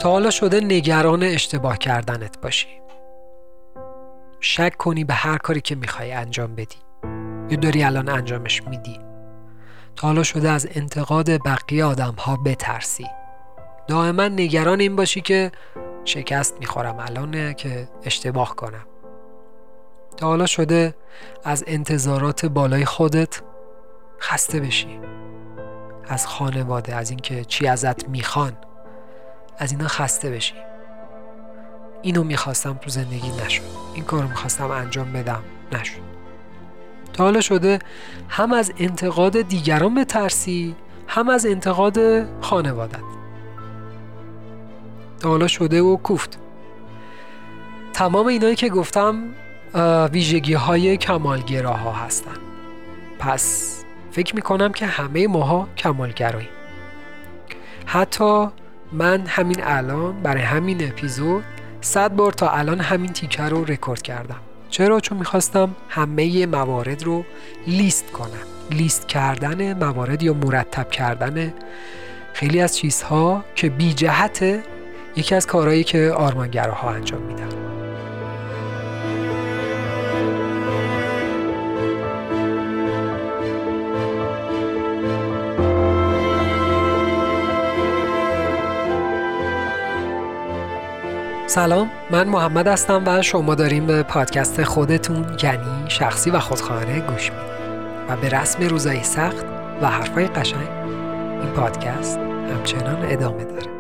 تا حالا شده نگران اشتباه کردنت باشی؟ شک کنی به هر کاری که میخوای انجام بدی یا داری الان انجامش میدی؟ تا حالا شده از انتقاد بقیه آدم ها بترسی؟ دائما نگران این باشی که شکست میخورم الانه که اشتباه کنم؟ تا حالا شده از انتظارات بالای خودت خسته بشی؟ از خانواده، از اینکه چی ازت میخوان، از اینا خسته بشی؟ اینو میخواستم تو زندگی نشد، این کارو میخواستم انجام بدم نشد. تا حالا شده هم از انتقاد دیگران بترسی، هم از انتقاد خانوادت؟ تا حالا شده و کوفت. تمام اینایی که گفتم ویژگی های کمالگراها هستن. پس فکر میکنم که همه ماها کمالگراییم. حتی من همین الان برای همین اپیزود 100 بار تا الان همین تیکه رو رکورد کردم. چرا؟ چون میخواستم همه موارد رو لیست کنم. لیست کردن موارد یا مرتب کردن خیلی از چیزها که بی جهته یکی از کارهایی که آرمانگراها انجام میدن. سلام، من محمد هستم و شما داریم به پادکست خودتون یعنی شخصی و خودخواهانه گوش میدید و به رسم روزای سخت و حرفای قشنگ این پادکست همچنان ادامه داره.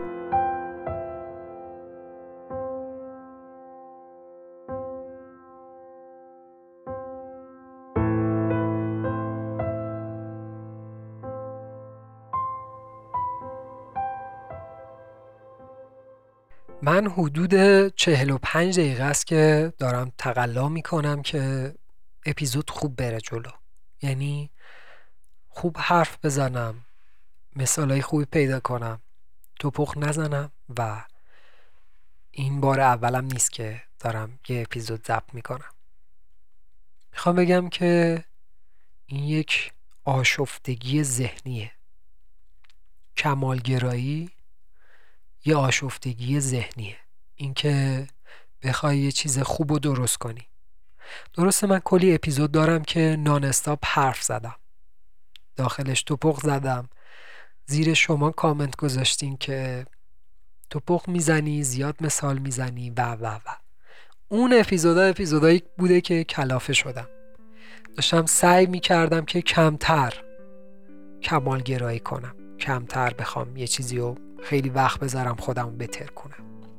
من حدود 45 دقیقه است که دارم تقلا میکنم که اپیزود خوب بره جلو، یعنی خوب حرف بزنم، مثالای خوبی پیدا کنم، توپخ نزنم و این بار اولم نیست که دارم یه اپیزود ضبط میکنم. میخوام بگم که این یک آشفتگی ذهنیه. کمالگرایی یه آشفتگی ذهنیه، اینکه بخوای یه چیز خوب و درست کنی. درسته من کلی اپیزود دارم که نان استاپ حرف زدم، داخلش توپخ زدم، زیر شما کامنت گذاشتین که توپخ میزنی، زیاد مثال میزنی و اون اپیزودایی بوده که کلافه شدم. داشتم سعی میکردم که کمتر کمالگرایی کنم، کمتر بخوام یه چیزی رو خیلی وقت بذارم خودمو بتر کنم.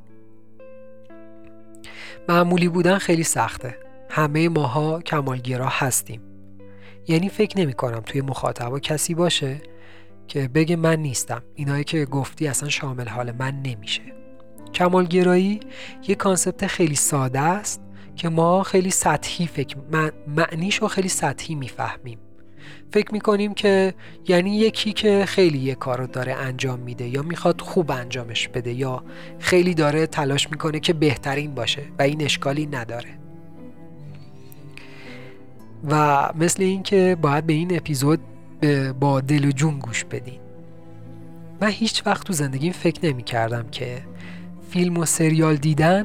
معمولی بودن خیلی سخته. همه ماها کمالگرا هستیم. یعنی فکر نمی کنم توی مخاطبا کسی باشه که بگه من نیستم، اینایی که گفتی اصلا شامل حال من نمیشه. کمالگرایی یه کانسپت خیلی ساده است که ما خیلی سطحی معنیشو خیلی سطحی میفهمیم. فکر میکنیم که یعنی یکی که خیلی یه کارو داره انجام میده یا میخواد خوب انجامش بده یا خیلی داره تلاش میکنه که بهترین باشه و این اشکالی نداره. و مثل این که باید به این اپیزود با دل و جون گوش بدین. من هیچ وقت تو زندگیم فکر نمی کردم که فیلم و سریال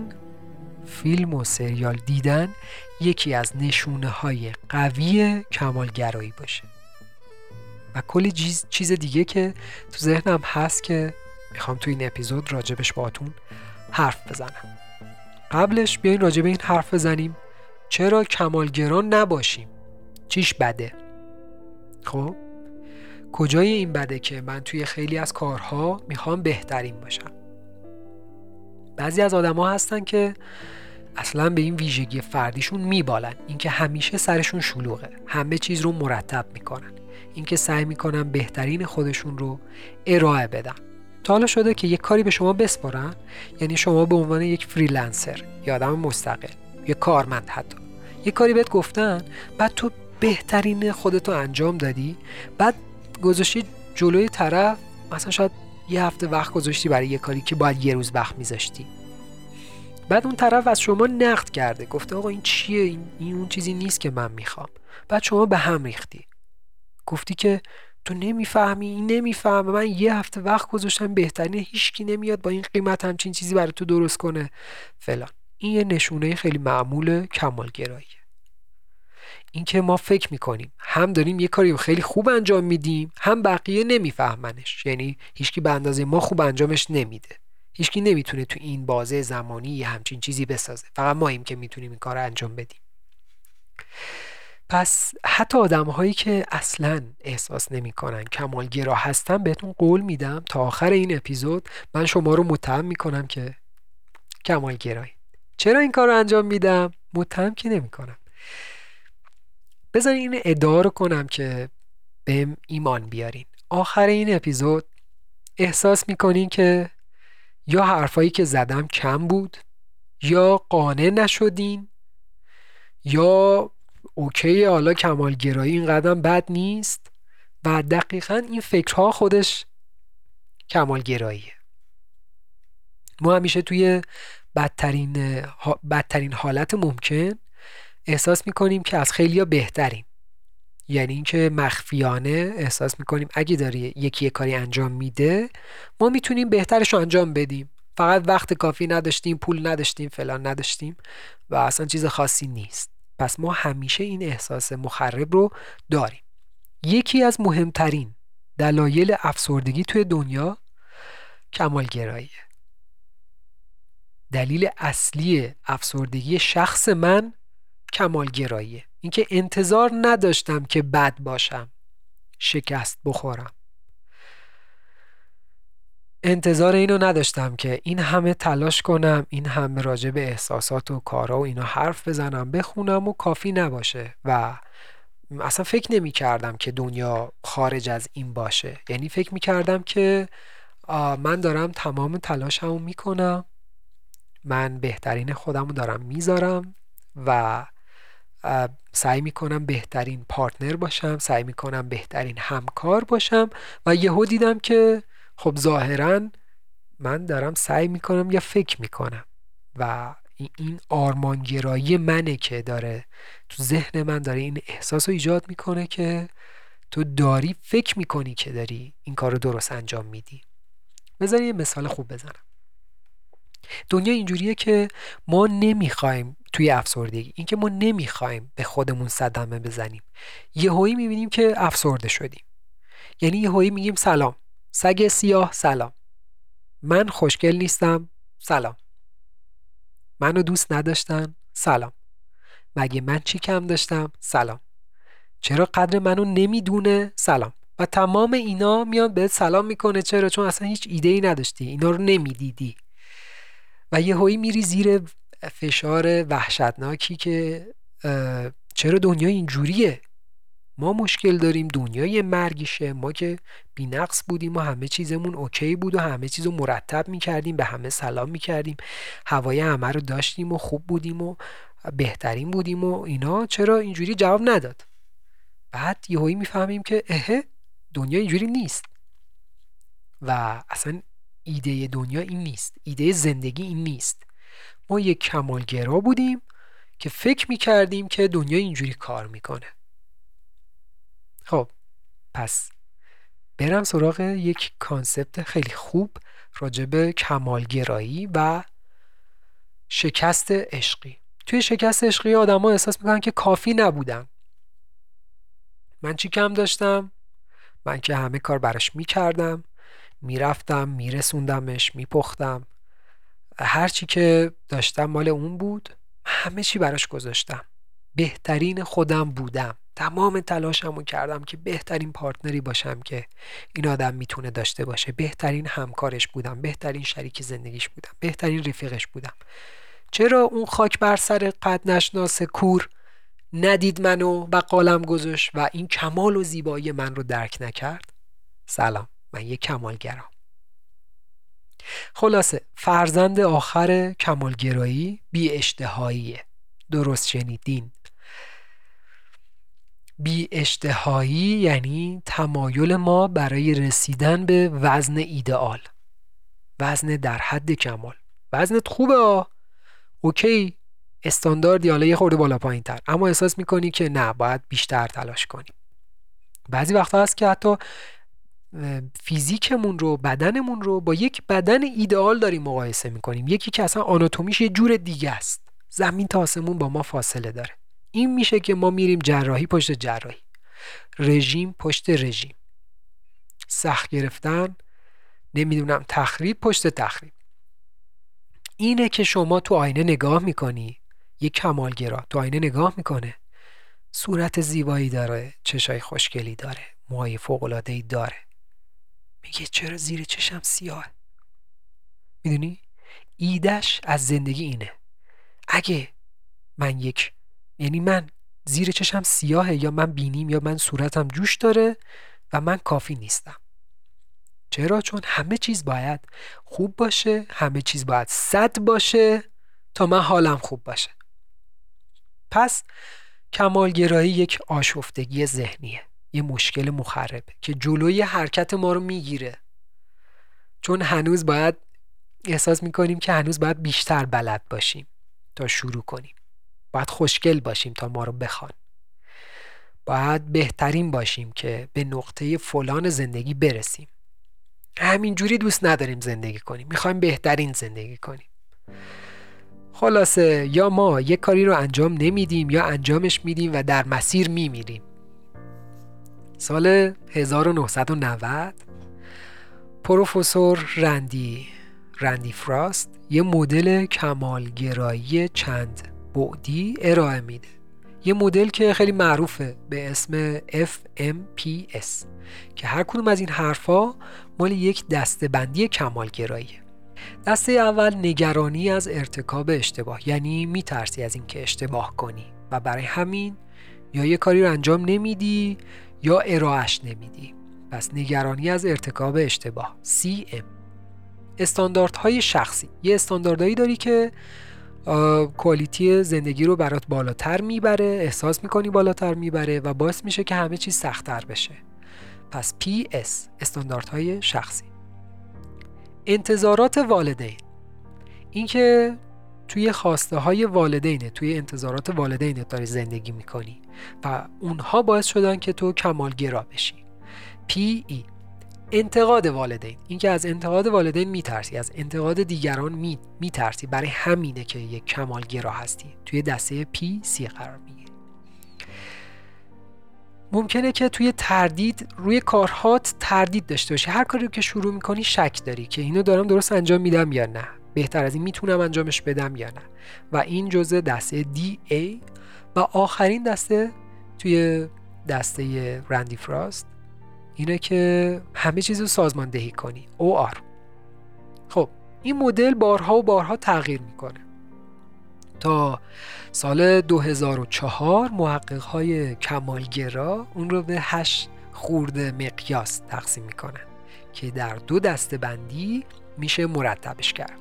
دیدن یکی از نشونه های قوی کمالگرایی باشه. و کلی چیز دیگه که تو ذهنم هست که میخوام تو این اپیزود راجبش باهاتون حرف بزنم. قبلش بیاین راجب این حرف بزنیم چرا کمالگران نباشیم؟ چیش بده؟ خب کجای این بده که من توی خیلی از کارها میخوام بهترین باشم؟ بعضی از آدم ها هستن که اصلا به این ویژگی فردیشون میبالن، اینکه همیشه سرشون شلوغه، همه چیز رو مرتب میکنن، اینکه سعی میکنن بهترین خودشون رو ارائه بدن. تا حالا شده که یک کاری به شما بسپارن، یعنی شما به عنوان یک فریلنسر یا آدم مستقل یا کارمند حتی یک کاری بهت گفتن، بعد تو بهترین خودتو انجام دادی، بعد گذاشتی جلوی طرف، مثلا شاید یه هفته وقت گذاشتی برای یه کاری که باید یه روز وقت میذاشتی، بعد اون طرف از شما نقد کرده، گفته آقا این چیه، این اون چیزی نیست که من میخوام. بعد شما به هم ریختی، گفتی که تو نمیفهمی، این نمیفهمه، من یه هفته وقت گذاشتم بهترینه، هیچکی نمیاد با این قیمت همچین چیزی برای تو درست کنه فلان. این یه نشونه خیلی معمول کمالگراییه. این که ما فکر میکنیم هم داریم یه کاری خیلی خوب انجام میدیم، هم بقیه نمیفهمنش. یعنی هیچکی به اندازه ما خوب انجامش نمیده، هیچکی نمیتونه تو این بازه زمانی یه همچین چیزی بسازه، فقط ماییم که میتونیم این کار رو انجام بدیم. پس حتی آدم هایی که اصلاً احساس نمی کنن کمالگرا هستن، بهتون قول میدم تا آخر این اپیزود من شما رو متهم میکنم که کمالگرایی. چرا این کار رو انجام میدم؟ متهم که نمی کنم. بذارین این ادعا رو کنم که بهم ایمان بیارین. آخر این اپیزود احساس میکنین که یا حرفایی که زدم کم بود، یا قانع نشدین، یا اوکی حالا کمالگرایی این قدم بد نیست، و دقیقاً این فکرها خودش کمالگراییه. ما همیشه توی بدترین حالت ممکن احساس میکنیم که از خیلیا بهتریم. یعنی اینکه مخفیانه احساس میکنیم اگه داره یکی یه کاری انجام میده ما میتونیم بهترش رو انجام بدیم، فقط وقت کافی نداشتیم، پول نداشتیم، فلان نداشتیم و اصلا چیز خاصی نیست. پس ما همیشه این احساس مخرب رو داریم. یکی از مهمترین دلایل افسردگی توی دنیا کمالگراییه. دلیل اصلی افسردگی شخص من کمالگراییه. اینکه انتظار نداشتم که بد باشم، شکست بخورم، انتظار اینو نداشتم که این همه تلاش کنم، این همه راجع به احساسات و کارا و اینا حرف بزنم، بخونم و کافی نباشه. و اصلا فکر نمی کردم که دنیا خارج از این باشه. یعنی فکر می کردم که من دارم تمام تلاشمو میکنم، من بهترین خودمو دارم میذارم و سعی میکنم بهترین پارتنر باشم، سعی میکنم بهترین همکار باشم، و یهو دیدم که خب ظاهرا من دارم سعی میکنم یا فکر میکنم و این آرمانگرایی منه که داره تو ذهن من داره این احساس رو ایجاد میکنه که تو داری فکر میکنی که داری این کار رو درست انجام میدی. بذار یه مثال خوب بزنم. دنیا اینجوریه که ما نمیخوایم توی افسردگی، این که ما نمیخوایم به خودمون صدمه بزنیم. یهویی میبینیم که افسرده شدیم. یعنی یهویی میگیم سلام سگ سیاه، سلام من خوشگل نیستم، سلام منو دوست نداشتن، سلام مگه من چی کم داشتم، سلام چرا قدر منو نمیدونه، سلام. و تمام اینا میان بهت سلام میکنه. چرا؟ چون اصلا هیچ ایده‌ای نداشتی، اینا رو نمیدیدی و یهویی میری زیر فشار وحشتناکی که چرا دنیا اینجوریه، ما مشکل داریم، دنیای مرگیشه، ما که بی‌نقص بودیم و همه چیزمون اوکی بود و همه چیزو مرتب میکردیم، به همه سلام میکردیم، هوای همه رو داشتیم و خوب بودیم و بهترین بودیم و اینا، چرا اینجوری جواب نداد؟ بعد یهویی میفهمیم که دنیا اینجوری نیست و اصلا ایده دنیا این نیست، ایده زندگی این نیست. ما یک کمالگرا بودیم که فکر میکردیم که دنیا اینجوری کار میکنه. خب پس برم سراغ یک کانسپت خیلی خوب راجع به کمالگرایی و شکست عشقی. توی شکست عشقی آدم ها احساس میکنن که کافی نبودن. من چی کم داشتم؟ من که همه کار براش میکردم، میرفتم میرسوندمش، میپختم، هر چی که داشتم مال اون بود، همه چی براش گذاشتم، بهترین خودم بودم، تمام تلاشمو کردم که بهترین پارتنری باشم که این آدم میتونه داشته باشه، بهترین همکارش بودم، بهترین شریک زندگیش بودم، بهترین رفیقش بودم. چرا اون خاک بر سر قد نشناس کور ندید منو و قالم گذاشت و این کمال و زیبایی من رو درک نکرد؟ سلام، من یک کمالگرام. خلاصه فرزند آخر کمالگرایی بی اشتهاییه. درست شنیدین، بی اشتهایی یعنی تمایل ما برای رسیدن به وزن ایدئال، وزن در حد کمال. وزنت خوبه اوکی، استانداردی، حالا یه خورده بالا پایین تر، اما احساس میکنی که نه باید بیشتر تلاش کنی. بعضی وقتا هست که حتی فیزیکمون رو، بدنمون رو با یک بدن ایدئال داریم مقایسه میکنیم، یکی که اصلا آناتومیش یه جور دیگه است، زمین تا آسمون با ما فاصله داره. این میشه که ما میریم جراحی پشت جراحی، رژیم پشت رژیم، سخت گرفتن، نمیدونم تخریب پشت تخریب. اینه که شما تو آینه نگاه میکنی، یک کمالگرا تو آینه نگاه میکنه، صورت زیبایی داره، چشای خوشگلی داره، موهای فوق‌العاده‌ای داره، میگه چرا زیر چشم سیاه؟ میدونی؟ ایدش از زندگی اینه، اگه من زیر چشم سیاهه، یا من بینیم، یا من صورتم جوش داره و من کافی نیستم. چرا؟ چون همه چیز باید خوب باشه، همه چیز باید 100 باشه تا من حالم خوب باشه. پس کمالگرایی یک آشفتگی ذهنیه، یه مشکل مخربه که جلوی حرکت ما رو میگیره، چون هنوز باید احساس میکنیم که هنوز باید بیشتر بلد باشیم تا شروع کنیم، باید خوشگل باشیم تا ما رو بخوان، باید بهترین باشیم که به نقطه فلان زندگی برسیم. همینجوری دوست نداریم زندگی کنیم، میخوایم بهترین زندگی کنیم. خلاصه یا ما یک کاری رو انجام نمیدیم یا انجامش میدیم و در مسیر میمیریم. سال 1990 پروفسور رندی فراست یه مدل کمالگرایی چند بعدی ارائه میده، یه مدل که خیلی معروفه به اسم FMPS که هر کدوم از این حرفا مال یک دسته‌بندی کمالگراییه. دسته اول نگرانی از ارتکاب اشتباه، یعنی میترسی از این که اشتباه کنی و برای همین یا یه کاری رو انجام نمیدی یا ارائهش نمیدی. پس نگرانی از ارتکاب اشتباه. CM استانداردهای شخصی، یه استانداردهایی داری که کوالیتی زندگی رو برات بالاتر میبره، احساس میکنی بالاتر میبره و باعث میشه که همه چیز سخت‌تر بشه. پس PS استانداردهای شخصی. انتظارات والدین، این که توی خواسته های والدینه، توی انتظارات والدینت داری زندگی میکنی و اونها باعث شدن که تو کمالگرا بشی. PE انتقاد والدین، این که از انتقاد والدین میترسی، از انتقاد دیگران میترسی، برای همینه که یک کمالگرا هستی، توی دسته PC قرار میگیری. ممکنه که توی تردید روی کارهات تردید داشته باشی، هر کاری که شروع میکنی شک داری که اینو دارم درست انجام میدم یا نه، بهتر از این میتونم انجامش بدم یا نه، و این جزء دسته DA. و آخرین دسته توی دسته رندی فراست اینه که همه چیز رو سازماندهی کنی، OR. خب این مدل بارها و بارها تغییر میکنه تا سال 2004 محقق‌های کمالگرا اون رو به 8 خورده مقیاس تقسیم میکنن که در 2 دسته‌بندی میشه مرتبش کرد.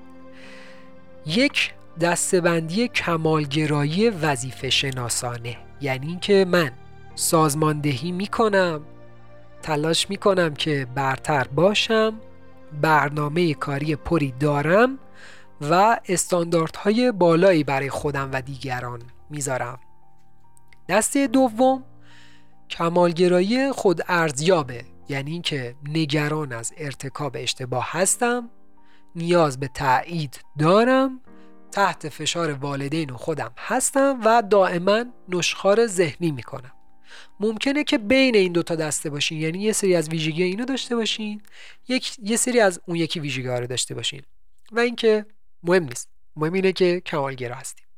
یک دسته‌بندی کمالگرایی وظیفه شناسانه، یعنی اینکه من سازماندهی میکنم، تلاش میکنم که برتر باشم، برنامه کاری پری دارم و استانداردهای بالایی برای خودم و دیگران میذارم. دسته دوم کمالگرایی خود ارزیابه، یعنی اینکه نگران از ارتکاب اشتباه هستم، نیاز به تایید دارم، تحت فشار والدین و خودم هستم و دائما نشخوار ذهنی میکنم. ممکنه که بین این 2 تا دسته باشین، یعنی یه سری از ویژگی اینو داشته باشین، یه سری از اون یکی ویژگی ها رو داشته باشین و اینکه مهم نیست، مهم اینه که کمالگرا هستیم.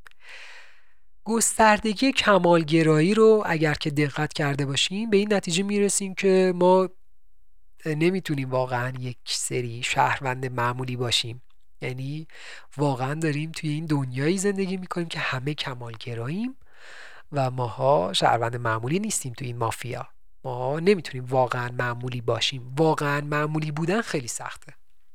گستردگی کمالگرایی رو اگر که دقت کرده باشیم به این نتیجه میرسیم که ما نمیتونیم واقعا یک سری شهروند معمولی باشیم، یعنی واقعا داریم توی این دنیایی زندگی میکنیم که همه کمالگراییم و ماها شهروند معمولی نیستیم. توی این مافیا ما نمیتونیم واقعا معمولی باشیم، واقعا معمولی بودن خیلی سخته.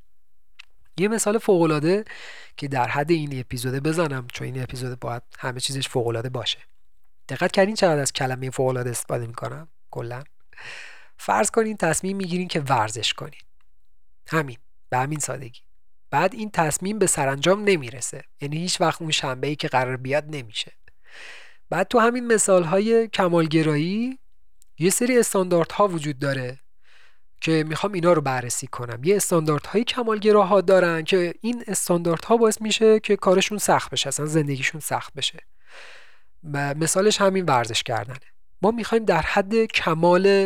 یه مثال فوق‌العاده که در حد این اپیزوده بزنم، چون این اپیزود باید همه چیزش فوق‌العاده باشه. دقت کردین چقدر از کلمه فوق‌العاده استفاده میکنم؟ کلا فرض کنین تصمیم میگیرین که ورزش کنین، همین به همین سادگی. بعد این تصمیم به سرانجام نمیرسه، یعنی هیچ وقت اون شنبه‌ای که قرار بیاد نمیشه. بعد تو همین مثال‌های کمالگرایی یه سری استانداردها وجود داره که میخوام اینا رو بررسی کنم. یه استانداردهای کمالگراها دارن که این استانداردها باعث میشه که کارشون سخت بشه، اصلا زندگیشون سخت بشه. مثالش همین ورزش کردنه. ما میخوایم در حد کمال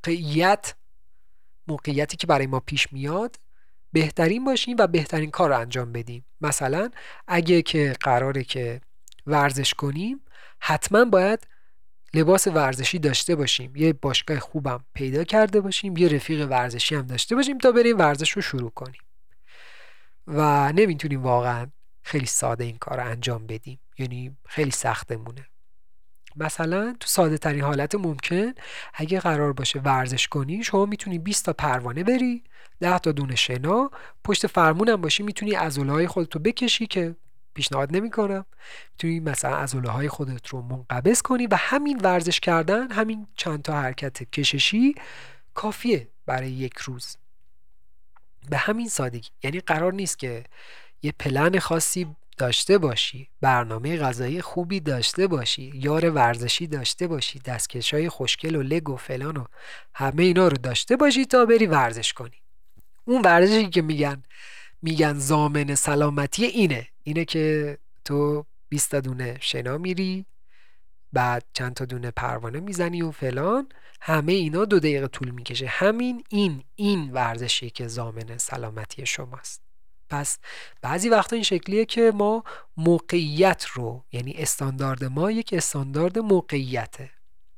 موقعیتی که برای ما پیش میاد بهترین باشیم و بهترین کار رو انجام بدیم. مثلا اگه که قراره که ورزش کنیم، حتما باید لباس ورزشی داشته باشیم، یه باشگاه خوبم پیدا کرده باشیم، یه رفیق ورزشی هم داشته باشیم تا بریم ورزش رو شروع کنیم. و نمیتونیم واقعا خیلی ساده این کار رو انجام بدیم، یعنی خیلی سختمونه. مثلا تو ساده ترین حالت ممکن اگه قرار باشه ورزش کنی، شما میتونی 20 تا پروانه بری، 10 تا دونه شنا، پشت فرمون هم باشی، میتونی عضله‌های خودت رو بکشی که پیشنهاد نمی‌کنم. میتونی مثلا عضله‌های خودت رو منقبض کنی و همین ورزش کردن، همین چند تا حرکت کششی کافیه برای یک روز. به همین سادگی. یعنی قرار نیست که یه پلن خاصی داشته باشی، برنامه غذایی خوبی داشته باشی، یار ورزشی داشته باشی، دستکشای خوشگل و لگ و فلان و همه اینا رو داشته باشی تا بری ورزش کنی. اون ورزشی که میگن ضامن سلامتی اینه که تو 20 تا دونه شنا میری، بعد چند تا دونه پروانه میزنی و فلان. همه اینا 2 دقیقه طول میکشه. همین این ورزشی که ضامن سلامتی شماست. پس بعضی وقتا این شکلیه که ما موقعیت رو، یعنی استاندارد ما یک استاندارد موقعیته.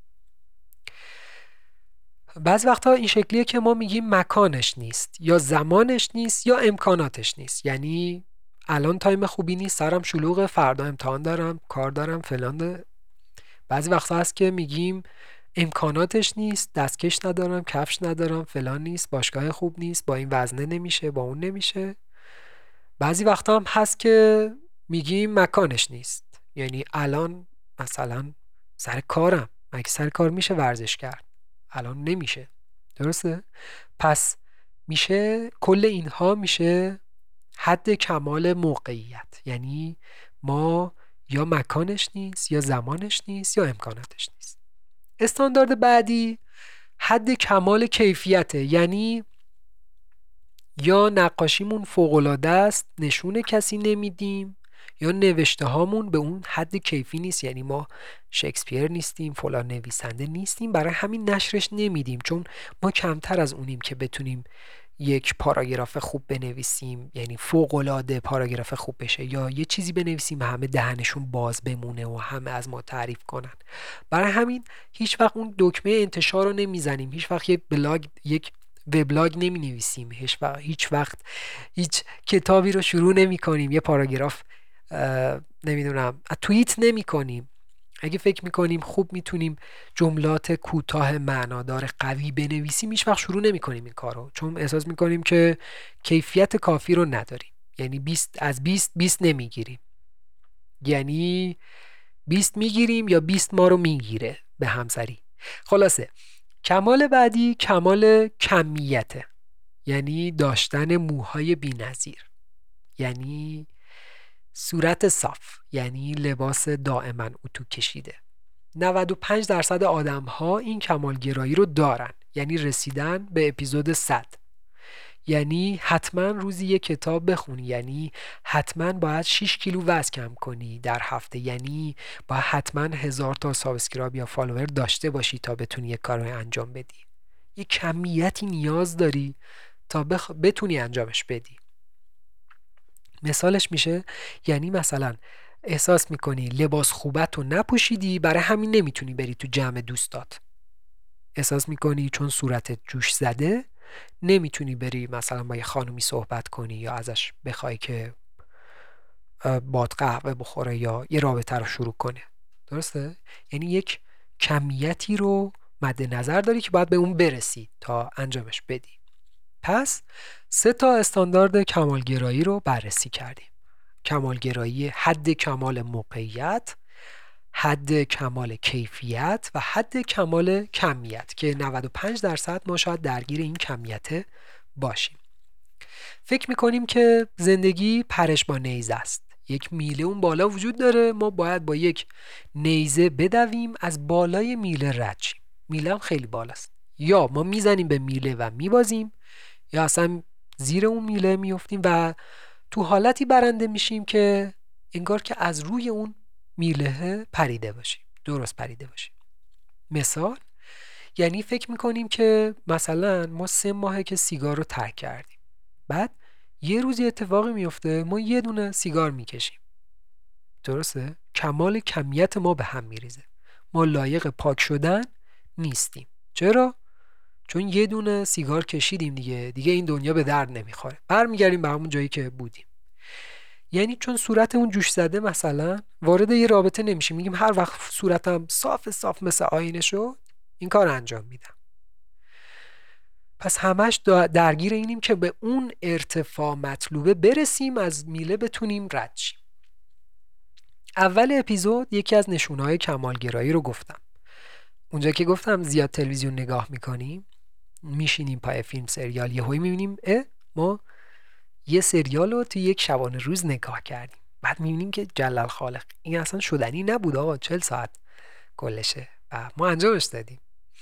بعضی وقتا این شکلیه که ما میگیم مکانش نیست، یا زمانش نیست، یا امکاناتش نیست. یعنی الان تایم خوبی نیست، سرم شلوغه، فردا امتحان دارم، کار دارم، فلان. بعضی وقتا هست که میگیم امکاناتش نیست، دستکش ندارم، کفش ندارم، فلان نیست، باشگاه خوب نیست، با این وزنه نمیشه، با اون نمیشه. بعضی وقتا هم هست که میگیم مکانش نیست، یعنی الان مثلا سر کارم، مگه سر کار میشه ورزش کرد؟ الان نمیشه. درسته؟ پس میشه کل اینها میشه حد کمال موقعیت. یعنی ما یا مکانش نیست، یا زمانش نیست، یا امکاناتش نیست. استاندارد بعدی حد کمال کیفیته. یعنی یا نقاشیمون فوق‌العاده است، نشون کسی نمیدیم، یا نوشته هامون به اون حد کیفی نیست، یعنی ما شکسپیر نیستیم، فلان نویسنده نیستیم، برای همین نشرش نمیدیم، چون ما کمتر از اونیم که بتونیم یک پاراگراف خوب بنویسیم، یعنی فوق‌العاده پاراگراف خوب بشه، یا یه چیزی بنویسیم همه دهنشون باز بمونه و همه از ما تعریف کنن. برای همین هیچ وقت اون دکمه انتشار رو نمیزنیم، هیچ وقت یک وبلاگ نمی نویسیم، هیچ وقت هیچ کتابی رو شروع نمی کنیم، یه پاراگراف نمیدونم توییت نمی کنیم. اگه فکر می کنیم خوب میتونیم جملات کوتاه معنادار قوی بنویسیم، هیچ وقت شروع نمی کنیم این کارو، چون احساس می کنیم که کیفیت کافی رو نداریم. یعنی 20 نمیگیریم، یعنی 20 میگیریم یا 20 ما رو میگیره به همسری. خلاصه کمال بعدی کمال کمیته. یعنی داشتن موهای بی‌نظیر، یعنی صورت صاف، یعنی لباس دائما اتو کشیده. 95% آدم ها این کمالگرایی رو دارن، یعنی رسیدن به اپیزود 100. یعنی حتما روزی یک کتاب بخونی، یعنی حتما باید 6 کیلو وزن کم کنی در هفته، یعنی باید حتما 1000 تا سابسکرایب یا فالوور داشته باشی تا بتونی یک کار رو انجام بدی. یک کمیتی نیاز داری تا بتونی انجامش بدی. مثالش میشه، یعنی مثلا احساس میکنی لباس خوبت رو نپوشیدی، برای همین نمیتونی بری تو جمع دوستات. احساس میکنی چون صورتت جوش زده نمیتونی بری مثلا با یه خانومی صحبت کنی یا ازش بخوای که باد قهوه بخوره یا یه رابطه رو شروع کنه. درسته؟ یعنی یک کمیتی رو مد نظر داری که باید به اون برسی تا انجامش بدی. پس 3 تا استاندارد کمالگرایی رو بررسی کردیم. کمالگرایی حد کمال موقعیت، حد کمال کیفیت و حد کمال کمیت که 95% ما شاید درگیر این کمیت باشیم. فکر میکنیم که زندگی پرش با نیزه است. یک میله اون بالا وجود داره، ما باید با یک نیزه بدویم از بالای میله رد شیم. میله هم خیلی بالاست. یا ما میزنیم به میله و میبازیم، یا اصلا زیر اون میله میفتیم و تو حالتی برنده میشیم که انگار که از روی اون میله پریده باشیم، درست پریده باشیم. مثال یعنی فکر میکنیم که مثلا ما 3 ماهه که سیگار رو ترک کردیم، بعد یه روزی اتفاقی میفته ما یه دونه سیگار میکشیم، درسته؟ کمال کمیت ما به هم میریزه، ما لایق پاک شدن نیستیم. چرا؟ چون یه دونه سیگار کشیدیم دیگه این دنیا به درد نمیخوره، برمیگردیم به همون جایی که بودیم. یعنی چون صورتمون جوش زده مثلا وارد یه رابطه نمیشیم، میگیم هر وقت صورتم صاف مثل آینه شد این کار انجام میدم. پس همش درگیر اینیم که به اون ارتفاع مطلوبه برسیم، از میله بتونیم رد شیم. اول اپیزود یکی از نشونه‌های کمالگرایی رو گفتم. اونجا که گفتم زیاد تلویزیون نگاه میکنیم، میشینیم پای فیلم سریال، یهویی میبینیم ما یه سریال رو تو یک شبانه روز نگاه کردیم، بعد میبینیم که جلل خالق این اصلا شدنی نبود آقا، 40 ساعت کلشه و ما انجامش دادیم.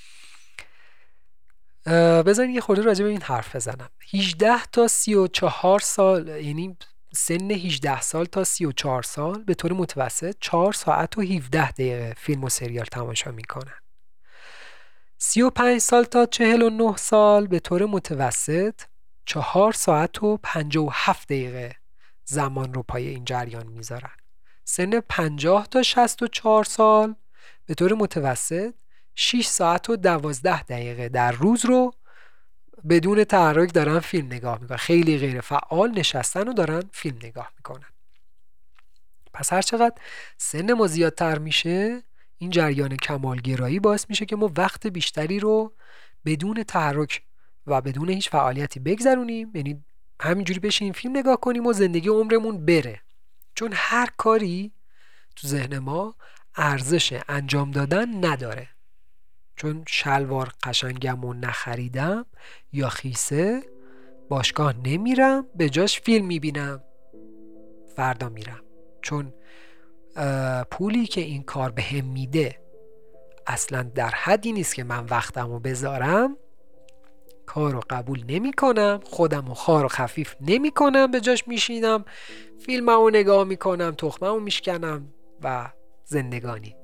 بذارین یه خورده راجع به این حرف بزنم. 18 تا 34 سال، یعنی سن 18 سال تا 34 سال به طور متوسط 4 ساعت و 17 دقیقه فیلم و سریال تماشا میکنن. 35 سال تا 49 سال به طور متوسط 4 ساعت و 57 دقیقه زمان رو پای این جریان میذارن. سن 50 تا 64 سال به طور متوسط 6 ساعت و 12 دقیقه در روز رو بدون تحرک دارن فیلم نگاه میکنن، خیلی غیر فعال نشستن و دارن فیلم نگاه میکنن. پس هر چقدر سن ما زیادتر میشه این جریان کمالگرایی باعث میشه که ما وقت بیشتری رو بدون تحرک و بدون هیچ فعالیتی بگذرونیم، یعنی همینجوری بشینیم فیلم نگاه کنیم و زندگی عمرمون بره. چون هر کاری تو ذهن ما ارزش انجام دادن نداره. چون شلوار قشنگم و نخریدم یا خیسه باشگاه نمیرم، به جاش فیلم میبینم، فردا میرم. چون پولی که این کار به هم میده اصلا در حدی نیست که من وقتمو بذارم، کارو قبول نمی کنم، خودمو خار و خفیف نمی کنم، به جاش میشینم فیلممو نگاه میکنم، تخممو میشکنم و زندگانی.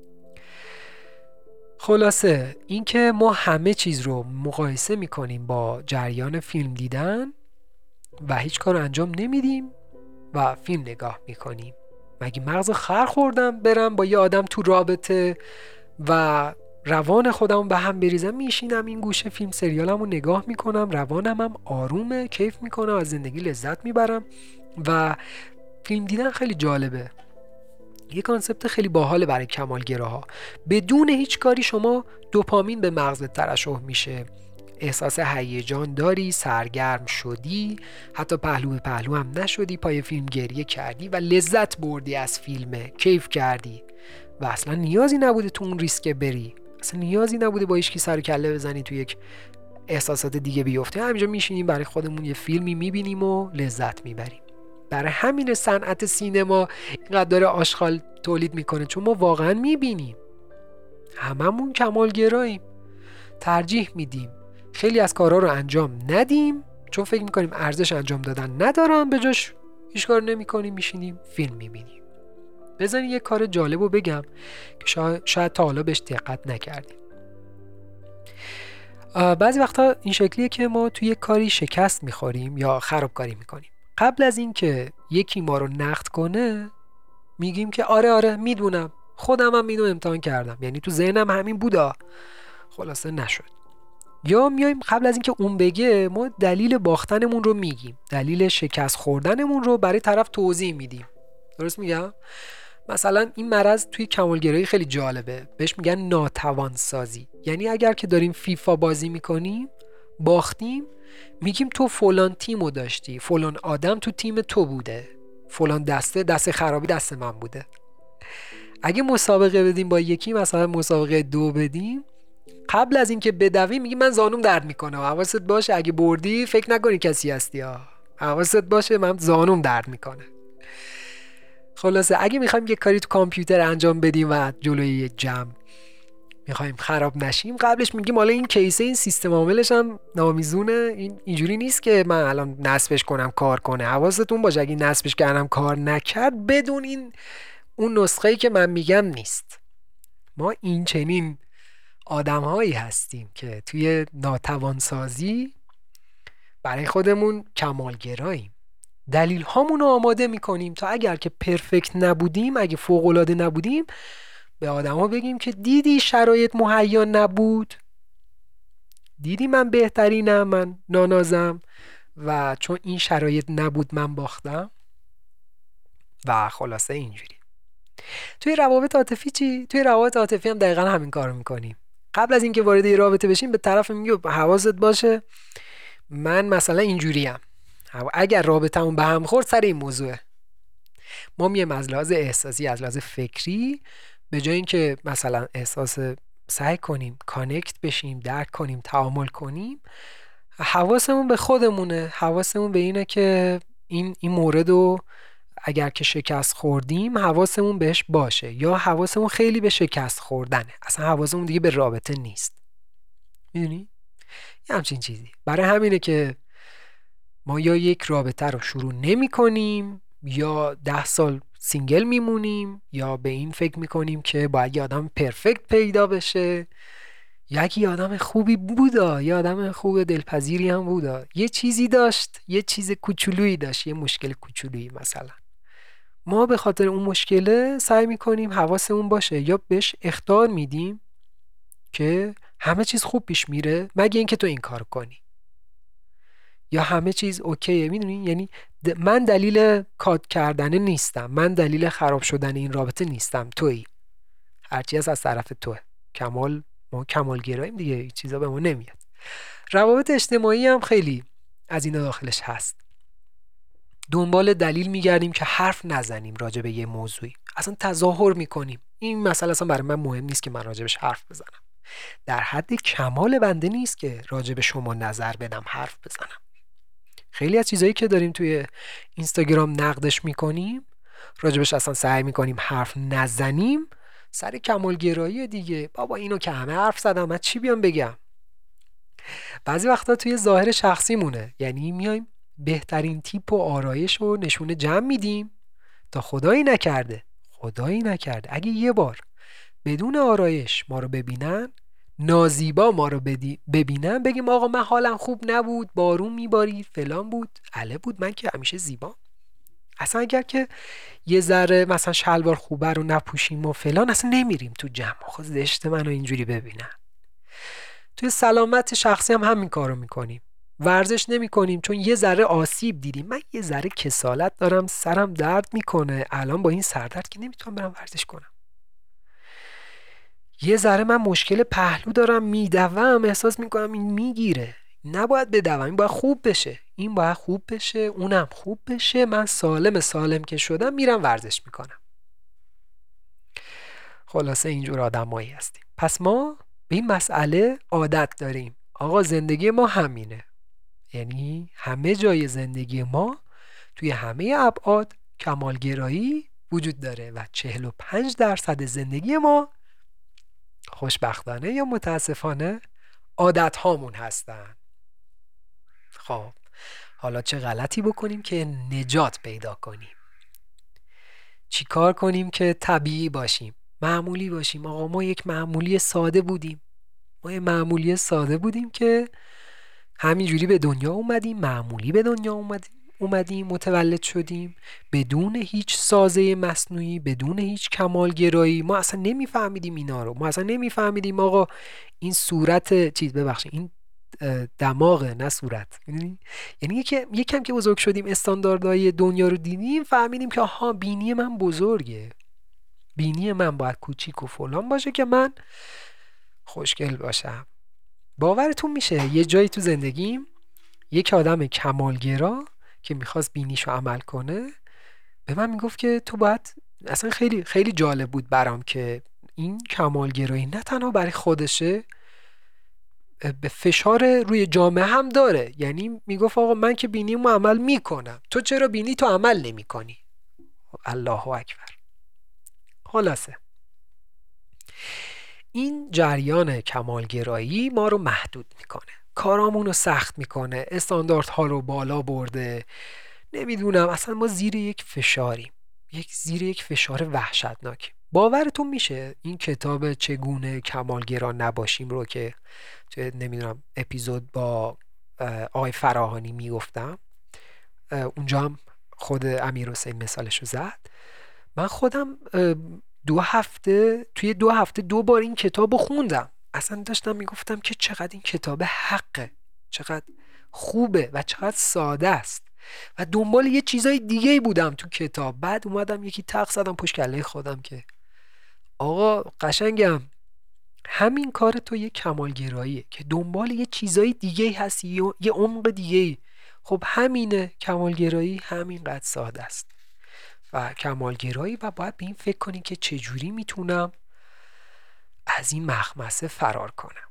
خلاصه اینکه ما همه چیز رو مقایسه میکنیم با جریان فیلم دیدن و هیچ کار انجام نمیدیم و فیلم نگاه میکنیم. مگه مغز خر خوردم برم با یه آدم تو رابطه و روان خودم به هم بریزم؟ میشینم این گوشه فیلم سریالمو نگاه میکنم، روانم هم آرومه، کیف میکنم، از زندگی لذت میبرم. و فیلم دیدن خیلی جالبه، یه کانسپت خیلی باحاله برای کمالگراها. بدون هیچ کاری شما دوپامین به مغزت ترشح میشه، احساس هیجان داری، سرگرم شدی، حتی پهلو به پهلو هم نشدی، پای فیلم گریه کردی و لذت بردی از فیلمه، کیف کردی و اصلا نیازی نبوده تو اون ریسک بری، اصلا نیازی نبوده با هیچکی سر و کله بزنی تو یک احساسات دیگه بیفته. همینجا میشینیم برای خودمون یه فیلمی میبینیم و لذت میبریم. برای همین صنعت سینما اینقدر داره آشغال تولید میکنه، چون ما واقعا میبینیم، هممون کمالگراییم، ترجیح میدیم خیلی از کارها رو انجام ندیم چون فکر میکنیم ارزش انجام دادن ندارم، به جاش هیچ کار نمیکنیم، میشینیم فیلم میبینیم. بذارین یه کار جالب رو بگم که شاید تا حالا بهش دقت نکردیم. بعضی وقتا این شکلیه که ما توی یه کاری شکست میخوریم یا خرابکاری میکنیم، قبل از این که یکی ما رو نقد کنه میگیم که آره میدونم، خودم هم اینو امتحان کردم، یعنی تو ذهنم همین بودا، خلاصه نشد. یا میایم قبل از اینکه اون بگه ما دلیل باختنمون رو میگیم، دلیل شکست خوردنمون رو برای طرف توضیح میدیم. درست میگم؟ مثلا این مرض توی کمالگرایی خیلی جالبه، بهش میگن ناتوانسازی. یعنی اگر که داریم فیفا بازی میکنیم باختیم، میگیم تو فلان تیمو داشتی، فلان آدم تو تیم تو بوده، فلان دست خرابی دست من بوده. اگه مسابقه بدیم با یکی، مثلا مسابقه 2 بدیم، قبل از اینکه بدویم میگی من زانوم درد میکنه، حواست باشه اگه بردی فکر نکنی کسی هستی ها، حواست باشه من زانوم درد میکنه. خلاصه اگه میخوایم یه کاری تو کامپیوتر انجام بدیم و جلوی یه جمع میخوایم خراب نشیم قبلش میگیم حالا این کیسه، این سیستم عاملش هم نامیزونه، این اینجوری نیست که من الان نصبش کنم کار کنه. حواستون باشه اگه نصبش کردم کار نکرد، بدون این اون نسخه‌ای که من میگم نیست. ما این چنین آدم‌هایی هستیم که توی ناتوانسازی برای خودمون کمالگراییم. دلیل هامون رو آماده میکنیم تا اگر که پرفکت نبودیم، اگه فوق‌العاده نبودیم، به آدما بگیم که دیدی شرایط مهیا نبود، دیدی من بهترینم، من نانازم و چون این شرایط نبود من باختم. و خلاصه اینجوری. توی روابط عاطفی چی؟ توی روابط عاطفی هم دقیقا همین کارو میکنیم. قبل از اینکه وارد یه رابطه بشیم به طرف میگه حواست باشه من مثلا اینجوریم. اگر رابطمون به هم خورد سر این موضوعه. ما میایم از لحاظ احساسی، از لحاظ فکری، به جای اینکه مثلا سعی کنیم کانکت بشیم، درک کنیم، تعامل کنیم، حواسمون به خودمونه. حواسمون به اینه که این مورد رو اگر که شکست خوردیم حواسمون بهش باشه، یا حواسمون خیلی به شکست خوردنه، اصلا حواسمون دیگه به رابطه نیست. میدونی؟ یه همچین چیزی. برای همینه که ما یا یک رابطه رو شروع نمی کنیم، یا 10 سال سینگل میمونیم، یا به این فکر میکنیم که باید یه آدم پرفکت پیدا بشه، یا اگه یه آدم خوبی بودا، یه آدم خوب دلپذیری هم بودا، یه چیزی داشت، یه چیز کوچولویی داشت، یه مشکل کوچولویی مثلا، ما به خاطر اون مشکله سعی میکنیم حواسمون باشه، یا بهش اخطار میدیم که همه چیز خوب پیش میره مگه اینکه تو این کار کنی، یا همه چیز اوکیه. میدونی؟ یعنی من دلیل کات کردن نیستم، من دلیل خراب شدن این رابطه نیستم، تویی. هرچی از طرف توه. ما کمالگراییم دیگه، این چیزا به ما نمیاد. روابط اجتماعی هم خیلی از اینا داخلش هست. دنبال دلیل میگردیم که حرف نزنیم راجع به یه موضوعی، اصلا تظاهر میکنیم این مسئله اصلا برای من مهم نیست که من راجبش حرف بزنم. در حد کمال بنده نیست که راجع به شما نظر بدم، حرف بزنم. خیلی از چیزایی که داریم توی اینستاگرام نقدش میکنیم، راجبش اصلا سعی میکنیم حرف نزنیم، سر کمالگرایی دیگه. بابا اینو که همه حرف زدم، من چی بیام بگم؟ بعضی وقتا توی ظاهر شخصی مونه، یعنی میایم بهترین تیپ و آرایش رو نشونه جمع میدیم تا خدایی نکرده اگه یه بار بدون آرایش ما رو ببینن، نازیبا ما رو ببینن، بگیم آقا من حالم خوب نبود، بارون میبارید، فلان بود، اله بود، من که همیشه زیبا. اصلا اگر که یه ذره مثلا شلوار خوبه رو نپوشیم و فلان، اصلا نمیریم تو جمع، خود زشت منو اینجوری ببینن. توی سلامت شخصی هم همین کارو میکنیم. ورزش نمی کنیم چون یه ذره آسیب دیدیم. من یه ذره کسالت دارم، سرم درد میکنه الان با این سردرد که نمیتونم برم ورزش کنم. یه ذره من مشکل پهلو دارم، میدوم، احساس میکنم این میگیره، نباید بدوم، این باید خوب بشه، این باید خوب بشه، اونم خوب بشه، من سالم که شدم میرم ورزش میکنم. خلاصه اینجور آدمایی هستیم. پس ما به این مسئله عادت داریم. آقا زندگی ما همینه، یعنی همه جای زندگی ما توی همه ابعاد کمالگرایی وجود داره و 45% زندگی ما خوشبختانه یا متاسفانه عادت هامون هستن. خب حالا چه غلطی بکنیم که نجات پیدا کنیم؟ چی کار کنیم که طبیعی باشیم، معمولی باشیم؟ آقا ما یک معمولی ساده بودیم، که همینجوری به دنیا اومدیم، معمولی به دنیا اومدیم، متولد شدیم بدون هیچ سازه مصنوعی، بدون هیچ کمالگرایی. ما اصلا نمیفهمیدیم اینا رو، ما اصلا نمیفهمیدیم آقا این صورت این دماغه نه صورت. یعنی یکم که بزرگ شدیم، استانداردهای دنیا رو دیدیم، فهمیدیم که آها بینی من بزرگه، بینی من باید کوچیک و فلان باشه که من خوشگل باشم. باورتون میشه یه جایی تو زندگیم یک آدم کمالگرا که میخواست بینیشو عمل کنه به من میگفت که تو باید، اصلا خیلی خیلی جالب بود برام که این کمالگرایی نه تنها برای خودشه، به فشار روی جامعه هم داره. یعنی میگفت آقا من که بینیمو عمل میکنم، تو چرا بینی تو عمل نمی کنی؟ الله اکبر. خلاصه این جریان کمالگرایی ما رو محدود میکنه، کارامون رو سخت میکنه، استانداردها رو بالا برده، نمیدونم اصلا ما زیر یک فشاریم، زیر یک فشار وحشتناک. باورتون میشه این کتاب چگونه کمالگرا نباشیم رو که توی نمیدونم اپیزود با آقای فراهانی میگفتم، اونجا هم خود امیرحسین مثالشو زد، من خودم توی 2 هفته 2 بار این کتاب رو خوندم. اصلا داشتم میگفتم که چقدر این کتاب حقه، چقدر خوبه و چقدر ساده است و دنبال یه چیزای دیگه بودم تو کتاب. بعد اومدم یکی تق زدم پشت کله خودم که آقا قشنگم، همین کار تو یه کمالگراییه که دنبال یه چیزای دیگه هستی، یه عمق دیگه. خب همینه کمالگرایی، همینقدر ساده است و کمالگرایی و باید به این فکر کنی که چجوری میتونم از این مخمسه فرار کنم.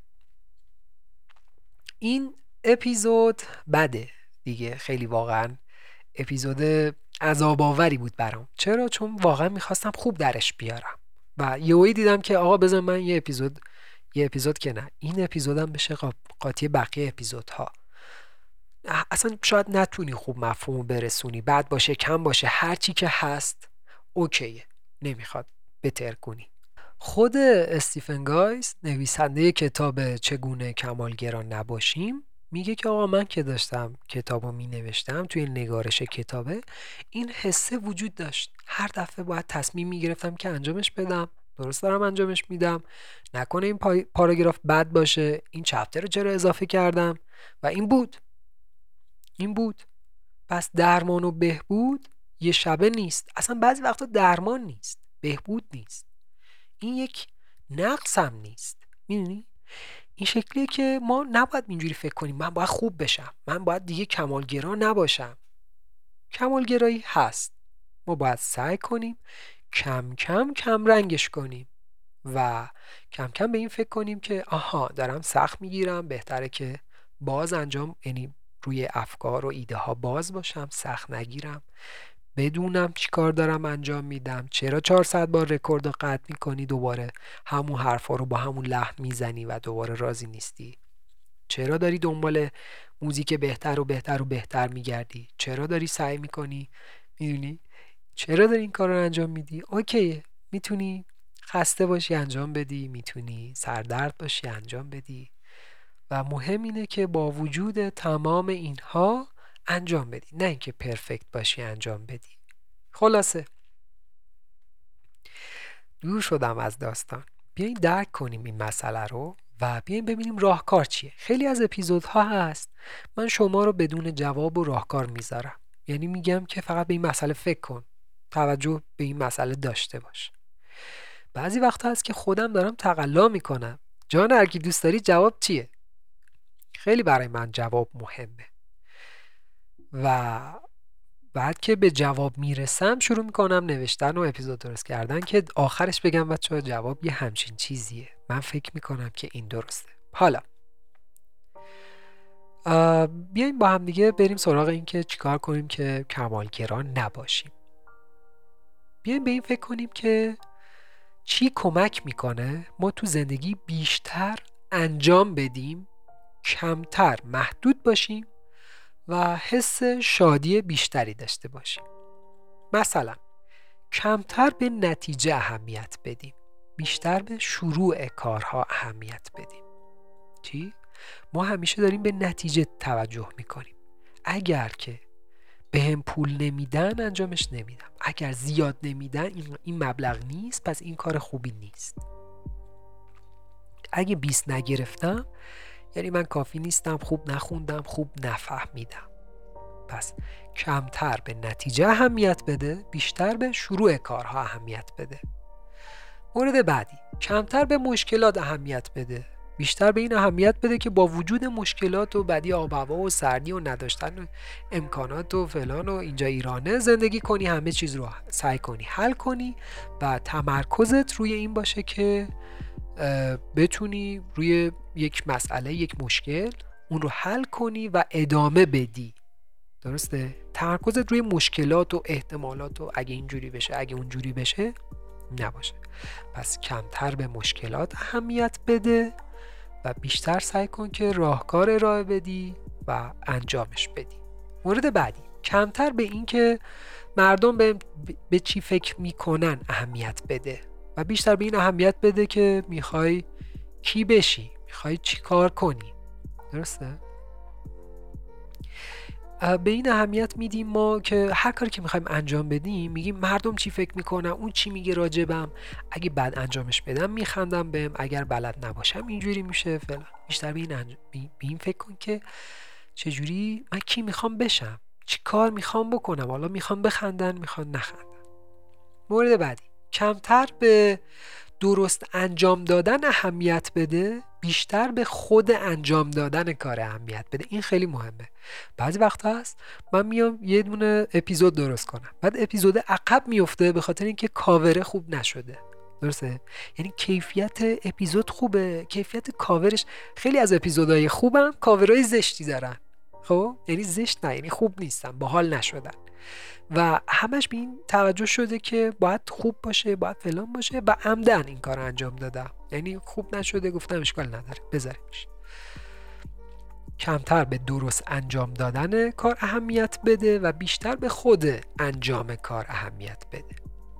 این اپیزود بده دیگه، خیلی واقعا اپیزود عذاب‌آوری بود برام. چرا؟ چون واقعا میخواستم خوب درش بیارم و یهویی دیدم که آقا بذار من یه اپیزود که نه، این اپیزودم بشه قاطی بقیه اپیزودها. اصلا شاید نتونی خوب مفهوم برسونی، بد باشه کم باشه، هر چی که هست اوکیه، نمیخواد بتر کنی. خود استیفن گایس نویسنده کتاب چگونه کمالگرا نباشیم میگه که آقا من که داشتم کتابو می نوشتم، توی نگارش کتابه این حسه وجود داشت، هر دفعه باید تصمیم می گرفتم که انجامش بدم، درست دارم انجامش میدم، نکنه این پاراگراف بد باشه، این چپتر رو چرا اضافه کردم. و این بود. پس درمان و بهبود یه شبه نیست، اصلا بعضی وقتا درمان نیست، بهبود نیست، این یک نقص هم نیست. میدونی؟ این شکلیه که ما نباید اینجوری فکر کنیم من باید خوب بشم، من باید دیگه کمالگرا نباشم. کمالگرایی هست، ما باید سعی کنیم کم کم کم رنگش کنیم و کم کم به این فکر کنیم که آها دارم سخت میگیرم، بهتره که باز انجام، یعنی روی افکار و ایده ها باز باشم، سخت نگیرم، بدونم چی کار دارم انجام میدم. چرا 400 بار رکورد رو قطع میکنی، دوباره همون حرفا رو با همون لحن میزنی و دوباره راضی نیستی؟ چرا داری دنبال موزیک بهتر و بهتر و بهتر میگردی؟ چرا داری سعی میکنی؟ میدونی؟ چرا داری این کار رو انجام میدی؟ اوکیه، میتونی خسته باشی انجام بدی، میتونی سردرد باشی انجام بدی و مهم اینه که با وجود تمام اینها انجام بدی، نه اینکه پرفکت باشی انجام بدی. خلاصه دور شدم از داستان، بیاین درک کنیم این مسئله رو و بیاین ببینیم راهکار چیه. خیلی از اپیزودها هست من شما رو بدون جواب و راهکار میذارم، یعنی میگم که فقط به این مسئله فکر کن، توجه به این مسئله داشته باش. بعضی وقتا هست که خودم دارم تقلا میکنم، جان هر کی دوست داری جواب چیه؟ خیلی برای من جواب مهمه و بعد که به جواب میرسم شروع میکنم نوشتن و اپیزود درست کردن که آخرش بگم بچه‌ها جواب یه همچین چیزیه، من فکر میکنم که این درسته. حالا بیایم با هم دیگه بریم سراغ این که چیکار کنیم که کمالگرا نباشیم. بیایم به این فکر کنیم که چی کمک میکنه ما تو زندگی بیشتر انجام بدیم، کمتر محدود باشیم و حس شادی بیشتری داشته باشیم. مثلا کمتر به نتیجه اهمیت بدیم، بیشتر به شروع کارها اهمیت بدیم. چی؟ ما همیشه داریم به نتیجه توجه میکنیم، اگر که به هم پول نمیدن انجامش نمیدم، اگر زیاد نمیدن این مبلغ نیست پس این کار خوبی نیست، اگه 20 نگرفتم یعنی من کافی نیستم، خوب نخوندم، خوب نفهمیدم. پس کمتر به نتیجه اهمیت بده، بیشتر به شروع کارها اهمیت بده. مورد بعدی، کمتر به مشکلات اهمیت بده، بیشتر به این اهمیت بده که با وجود مشکلات و بدی آب و هوا و سردی و نداشتن امکانات و فلان و اینجا ایرانه زندگی کنی، همه چیز رو سعی کنی حل کنی و تمرکزت روی این باشه که بتونی روی یک مسئله، یک مشکل اون رو حل کنی و ادامه بدی. درسته؟ تمرکزت روی مشکلات و احتمالات و اگه اینجوری بشه اگه اونجوری بشه نباشه. پس کمتر به مشکلات اهمیت بده و بیشتر سعی کن که راهکار ارائه بدی و انجامش بدی. مورد بعدی، کمتر به این که مردم به چی فکر میکنن اهمیت بده و بیشتر به این اهمیت بده که میخوای کی بشی، میخوای چی کار کنی. درسته؟ به این اهمیت میدیم ما که هر کاری که میخوایم انجام بدیم میگیم مردم چی فکر میکنن، اون چی میگه راجبم، اگه بد انجامش بدم میخندم بهم، اگر بلد نباشم اینجوری میشه فلان. بیشتر به این فکر کن که چجوری من کی میخوام بشم، چی کار میخوام بکنم، حالا میخوام بخندن میخوام نخندن. مورد بعدی، کمتر به درست انجام دادن اهمیت بده، بیشتر به خود انجام دادن کار اهمیت بده. این خیلی مهمه. بعضی وقتا هست من میام یه دونه اپیزود درست کنم، بعد اپیزود عقب میفته به خاطر اینکه کاور خوب نشده. درسته؟ یعنی کیفیت اپیزود خوبه، کیفیت کاورش، خیلی از اپیزودهای خوبم کاورای زشتی دارن. خب یعنی زشت نه، یعنی خوب نیستن، باحال نشدن و همش به این توجه شده که باید خوب باشه، باید فلان باشه و عمدن این کار انجام دادم. یعنی خوب نشده گفتم اشکال نداره بذاریمش. کمتر به درست انجام دادن کار اهمیت بده و بیشتر به خود انجام کار اهمیت بده.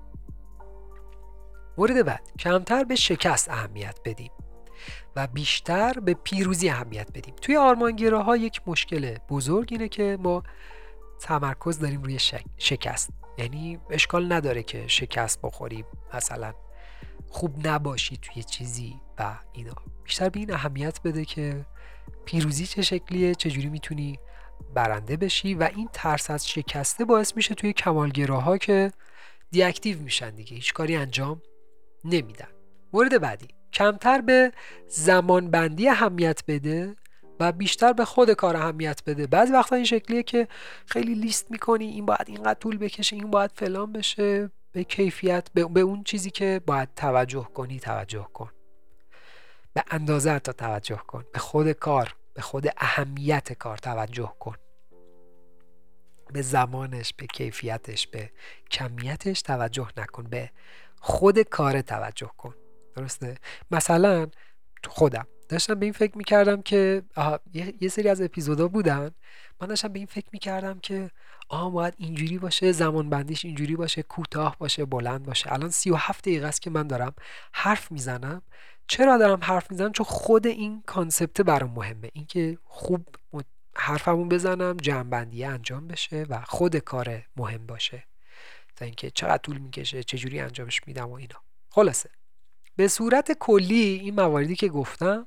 مورد بعد، کمتر به شکست اهمیت بدیم و بیشتر به پیروزی اهمیت بدیم. توی آرمانگراها یک مشکل بزرگ اینه که ما تمرکز داریم روی شکست. یعنی اشکال نداره که شکست بخوری، مثلا خوب نباشی توی چیزی و اینا. بیشتر به این اهمیت بده که پیروزی چه شکلیه، چجوری میتونی برنده بشی و این ترس از شکسته باعث میشه توی کمالگراها که دی اکتیو میشن دیگه، هیچ کاری انجام نمیدن. مورد بعدی، کمتر به زمان بندی اهمیت بده و بیشتر به خود کار اهمیت بده. بعضی وقتا این شکلیه که خیلی لیست میکنی، این باید اینقدر طول بکشه، این باید فلان بشه، به کیفیت، به اون چیزی که باید توجه کنی توجه کن، به اندازه تا توجه کن، به خود کار، به خود اهمیت کار توجه کن، به زمانش، به کیفیتش، به کمیتش توجه نکن، به خود کار توجه کن. درسته؟ مثلا خودم داشتم به این فکر میکردم که یه سری از اپیزودا بودن من داشتم به این فکر میکردم که باید اینجوری باشه، زمان بندیش اینجوری باشه، کوتاه باشه، بلند باشه. الان 37 دقیقه است که من دارم حرف میزنم. چرا دارم حرف میزنم؟ چون خود این کانسپت برام مهمه، اینکه خوب حرفمون بزنم، جمع‌بندی انجام بشه و خود کار مهم باشه تا اینکه چقدر طول میکشه، چجوری انجامش میدم و اینا. خلاصه به صورت کلی این مواردی که گفتم،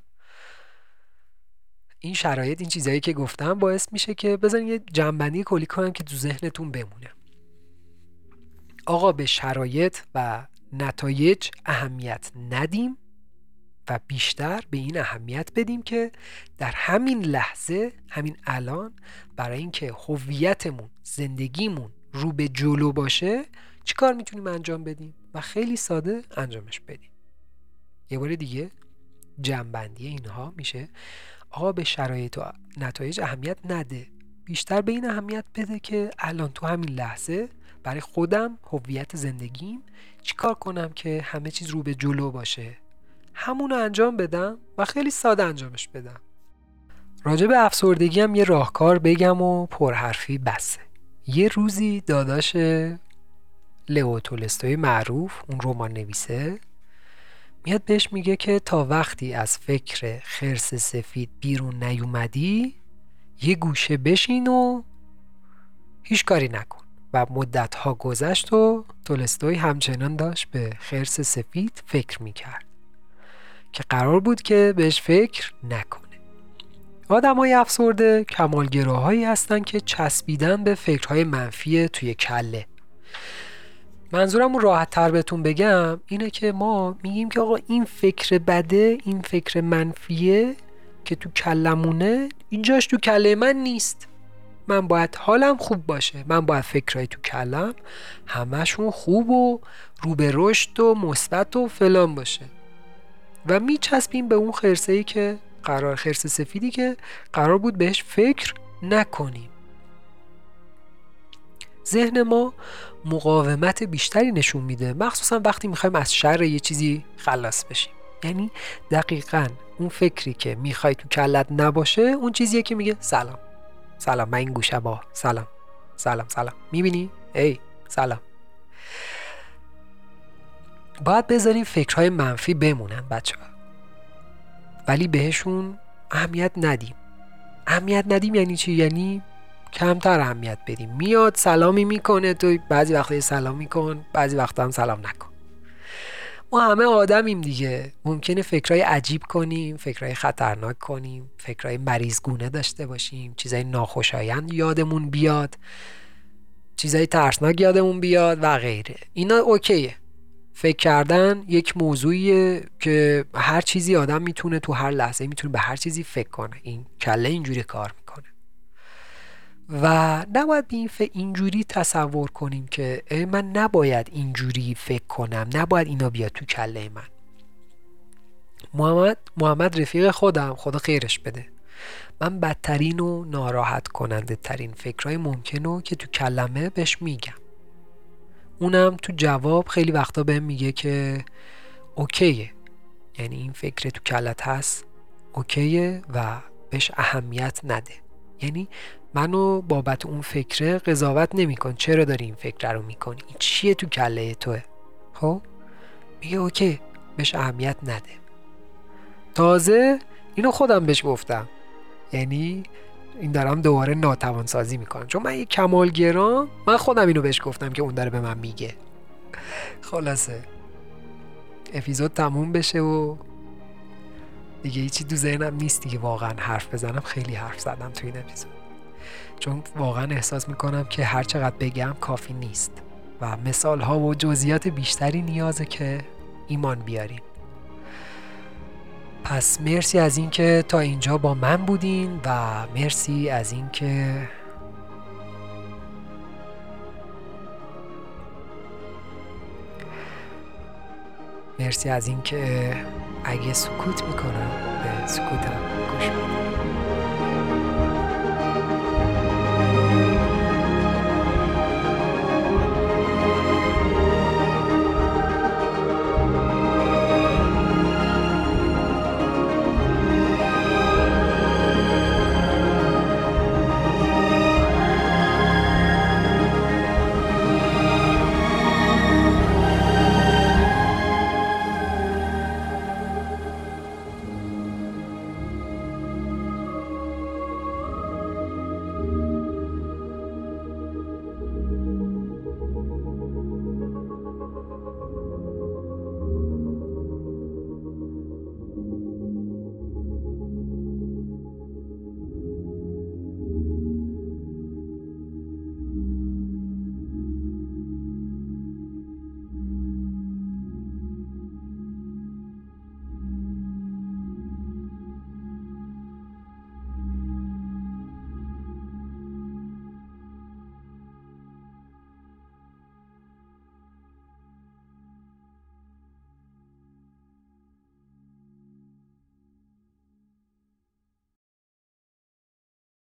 این شرایط، این چیزایی که گفتم باعث میشه که بزنین یه جمع‌بندی کلی کنم که تو ذهنتون بمونه. آقا به شرایط و نتایج اهمیت ندیم و بیشتر به این اهمیت بدیم که در همین لحظه، همین الان، برای اینکه هویتمون، زندگیمون رو به جلو باشه چی کار میتونیم انجام بدیم و خیلی ساده انجامش بدیم. یه بار دیگه جمع‌بندی اینها میشه آقا به شرایط و نتایج اهمیت نده، بیشتر به این اهمیت بده که الان تو همین لحظه برای خودم، هویت زندگیم، چی کار کنم که همه چیز رو به جلو باشه، همونو انجام بدم و خیلی ساده انجامش بدم. راجع به افسردگی هم یه راهکار بگم و پرحرفی بسه. یه روزی داداش لئو تولستوی معروف، اون رمان نویسه، میاد بهش میگه که تا وقتی از فکر خرس سفید بیرون نیومدی یه گوشه بشین و هیچ کاری نکن. و مدت‌ها گذشت و تولستوی همچنان داشت به خرس سفید فکر میکرد که قرار بود که بهش فکر نکنه. آدمای افسرده کمالگراهایی هستن که چسبیدن به فکرهای منفی توی کله. منظورم راحت تر بهتون بگم اینه که ما میگیم که آقا این فکر بده، این فکر منفیه که تو کلمونه، اینجاش تو کله من نیست. من باید حالم خوب باشه، من باید فکرهای تو کلم همشون خوب و رو به رشد و مثبت و فلان باشه و میچسبیم به اون خرسه‌ای که خرس سفیدی که قرار بود بهش فکر نکنیم. ذهن ما مقاومت بیشتری نشون میده، مخصوصا وقتی میخوایم از شر یه چیزی خلاص بشیم. یعنی دقیقاً اون فکری که میخوای تو کلت نباشه اون چیزیه که میگه سلام من این گوشه با سلام میبینی؟ ای سلام. باید بذاریم فکرهای منفی بمونن بچه‌ها، ولی بهشون اهمیت ندیم. یعنی چی؟ یعنی کمتر اهمیت بدیم. میاد سلامی میکنه، تو بعضی وقتا سلام میکن، بعضی وقتا هم سلام نکن. ما همه آدمیم دیگه، ممکنه فکرهای عجیب کنیم، فکرهای خطرناک کنیم، فکرهای مریضگونه داشته باشیم، چیزای ناخوشایند یادمون بیاد، چیزای ترسناک یادمون بیاد و غیره. اینا اوکیه. فکر کردن یک موضوعیه که هر چیزی آدم میتونه تو هر لحظه میتونه به هر چیزی فکر کنه. این کله اینجوری کار میکنه و نباید به اینجوری تصور کنیم که من نباید اینجوری فکر کنم، نباید اینا بیاد تو کله من. محمد رفیق خودم، خدا خیرش بده، من بدترین و ناراحت کننده ترین فکرهای ممکنه که تو کلمه بهش میگم. اونم تو جواب خیلی وقتا بهم میگه که اوکیه، یعنی این فکر تو کلت هست، اوکیه و بهش اهمیت نده. یعنی منو بابت اون فکره قضاوت نمی کن، چرا داری این فکر رو میکنی، این چیه تو کله توه. خب میگه اوکی، بهش اهمیت نده. تازه اینو خودم بهش گفتم، یعنی این دارم دوباره ناتوان سازی میکنم، چون من یک کمالگرام، من خودم اینو بهش گفتم که اون داره به من میگه. خلاصه اپیزود تموم بشه و دیگه هیچی تو ذهنم نیست دیگه واقعا حرف بزنم. خیلی حرف زدم تو این اپیزود، چون واقعا احساس میکنم که هر چقدر بگم کافی نیست و مثال ها و جزئیات بیشتری نیازه که ایمان بیاریم. پس مرسی از این که تا اینجا با من بودین و مرسی از این که اگه سکوت میکنم به سکوتم گوش بدین.